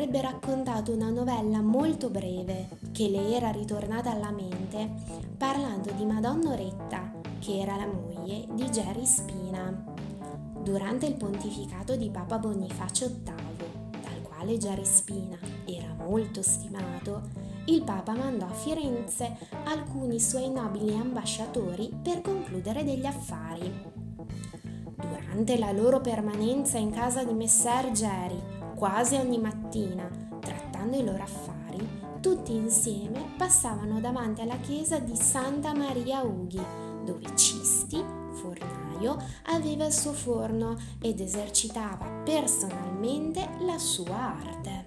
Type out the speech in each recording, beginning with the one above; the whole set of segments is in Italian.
avrebbe raccontato una novella molto breve che le era ritornata alla mente parlando di Madonna Oretta, che era la moglie di Geri Spina. Durante il pontificato di Papa Bonifacio VIII, dal quale Geri Spina era molto stimato, il Papa mandò a Firenze alcuni suoi nobili ambasciatori per concludere degli affari. Durante la loro permanenza in casa di Messer Geri, quasi ogni mattina, trattando i loro affari, tutti insieme passavano davanti alla chiesa di Santa Maria Ughi, dove Cisti, fornaio, aveva il suo forno ed esercitava personalmente la sua arte.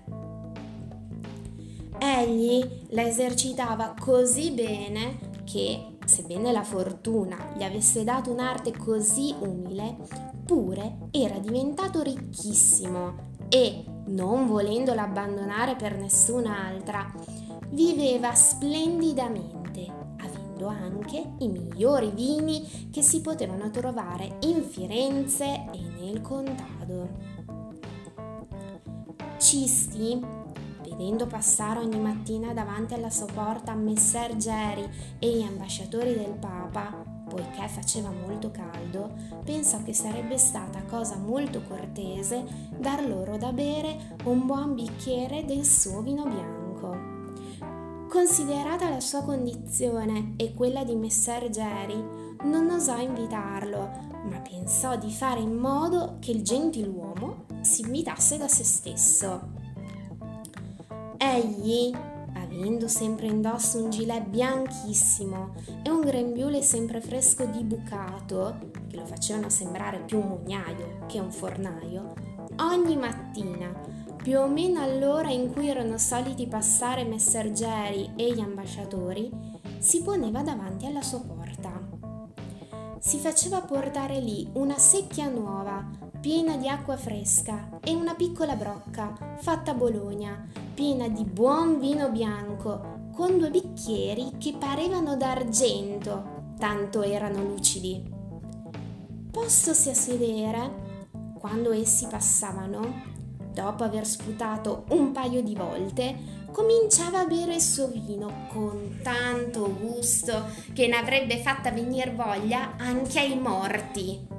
Egli la esercitava così bene che, sebbene la fortuna gli avesse dato un'arte così umile, pure era diventato ricchissimo e, non volendola abbandonare per nessun'altra, viveva splendidamente, avendo anche i migliori vini che si potevano trovare in Firenze e nel contado. Cisti, vedendo passare ogni mattina davanti alla sua porta Messer Geri e gli ambasciatori del Papa, poiché faceva molto caldo, pensò che sarebbe stata cosa molto cortese dar loro da bere un buon bicchiere del suo vino bianco. Considerata la sua condizione e quella di Messer Geri, non osò invitarlo, ma pensò di fare in modo che il gentiluomo si invitasse da se stesso. Egli, avendo sempre indosso un gilet bianchissimo e un grembiule sempre fresco di bucato, che lo facevano sembrare più un mugnaio che un fornaio, ogni mattina, più o meno all'ora in cui erano soliti passare Messer Geri e gli ambasciatori, si poneva davanti alla sua porta. Si faceva portare lì una secchia nuova, piena di acqua fresca, e una piccola brocca, fatta a Bologna, piena di buon vino bianco, con 2 bicchieri che parevano d'argento, tanto erano lucidi. Postosi a sedere, quando essi passavano, dopo aver sputato un paio di volte, cominciava a bere il suo vino con tanto gusto che ne avrebbe fatta venir voglia anche ai morti.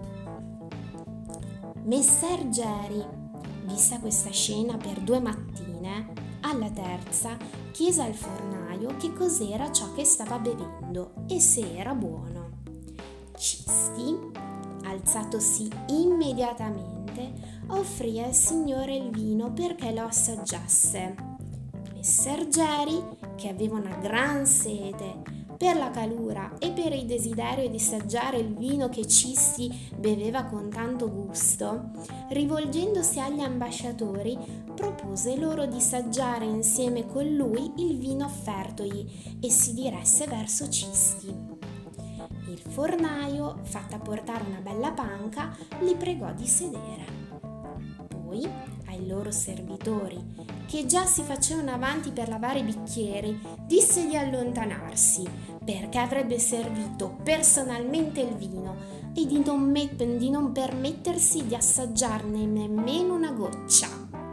Messer Geri, vista questa scena per 2 mattine, alla terza chiese al fornaio che cos'era ciò che stava bevendo e se era buono. Cisti, alzatosi immediatamente, offrì al signore il vino perché lo assaggiasse. Messer Geri, che aveva una gran sete per la calura e per il desiderio di assaggiare il vino che Cisti beveva con tanto gusto, rivolgendosi agli ambasciatori, propose loro di assaggiare insieme con lui il vino offertogli e si diresse verso Cisti. Il fornaio, fatta portare una bella panca, li pregò di sedere. Poi, ai loro servitori, che già si facevano avanti per lavare i bicchieri, disse di allontanarsi, perché avrebbe servito personalmente il vino e di non permettersi di assaggiarne nemmeno una goccia.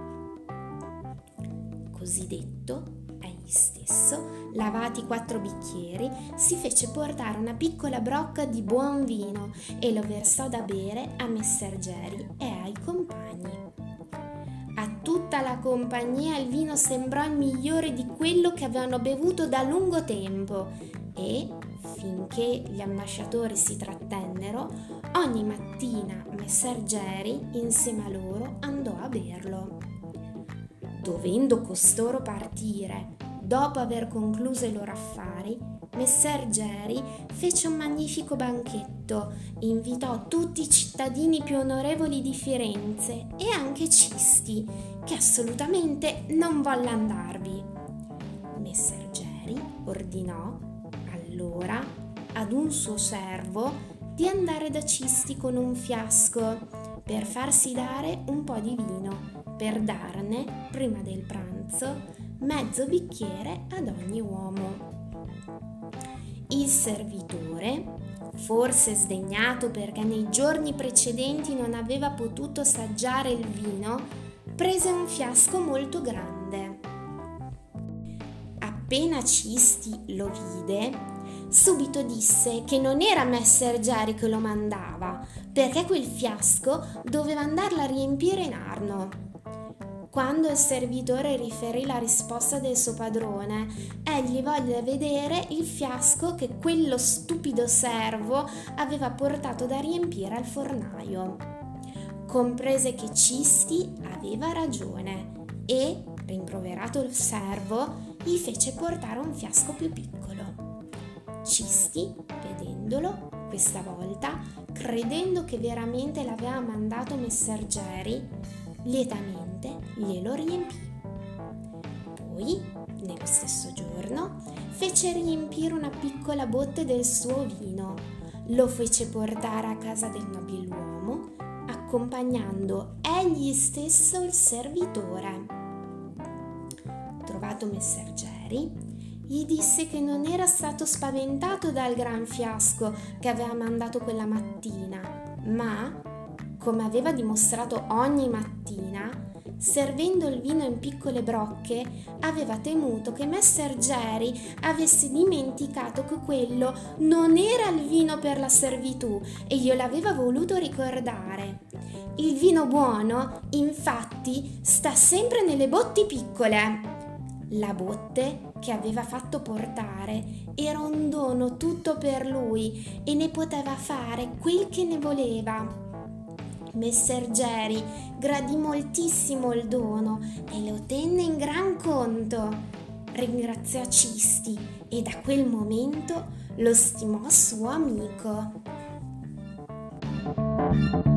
Così detto, egli stesso, lavati 4 bicchieri, si fece portare una piccola brocca di buon vino e lo versò da bere a Messer Geri e ai compagni. A tutta la compagnia il vino sembrò il migliore di quello che avevano bevuto da lungo tempo e, finché gli ambasciatori si trattennero, ogni mattina Messer Geri insieme a loro andò a berlo. Dovendo costoro partire, dopo aver concluso i loro affari, Messer Geri fece un magnifico banchetto, invitò tutti i cittadini più onorevoli di Firenze e anche Cisti, che assolutamente non volle andarvi. Messer Geri ordinò, allora, ad un suo servo di andare da Cisti con un fiasco per farsi dare un po' di vino, per darne, prima del pranzo, mezzo bicchiere ad ogni uomo. Il servitore, forse sdegnato perché nei giorni precedenti non aveva potuto assaggiare il vino, prese un fiasco molto grande appena Cisti lo vide, subito disse che non era Messer Geri che lo mandava, perché quel fiasco doveva andarla a riempire in Arno. Quando il servitore riferì la risposta del suo padrone, egli volle vedere il fiasco che quello stupido servo aveva portato da riempire al fornaio. Comprese che Cisti aveva ragione e, rimproverato il servo, gli fece portare un fiasco più piccolo. Cisti, vedendolo, questa volta, credendo che veramente l'aveva mandato Messer Geri, lietamente glielo riempì. Poi, nello stesso giorno, fece riempire una piccola botte del suo vino, lo fece portare a casa del nobiluomo, accompagnando egli stesso il servitore. Trovato Messer Geri, gli disse che non era stato spaventato dal gran fiasco che aveva mandato quella mattina, ma, come aveva dimostrato ogni mattina, servendo il vino in piccole brocche, aveva temuto che Messer Geri avesse dimenticato che quello non era il vino per la servitù e gliel'aveva voluto ricordare. Il vino buono, infatti, sta sempre nelle botti piccole. La botte che aveva fatto portare era un dono tutto per lui e ne poteva fare quel che ne voleva. Messer Geri gradì moltissimo il dono e lo tenne in gran conto. Ringraziò Cisti e da quel momento lo stimò suo amico.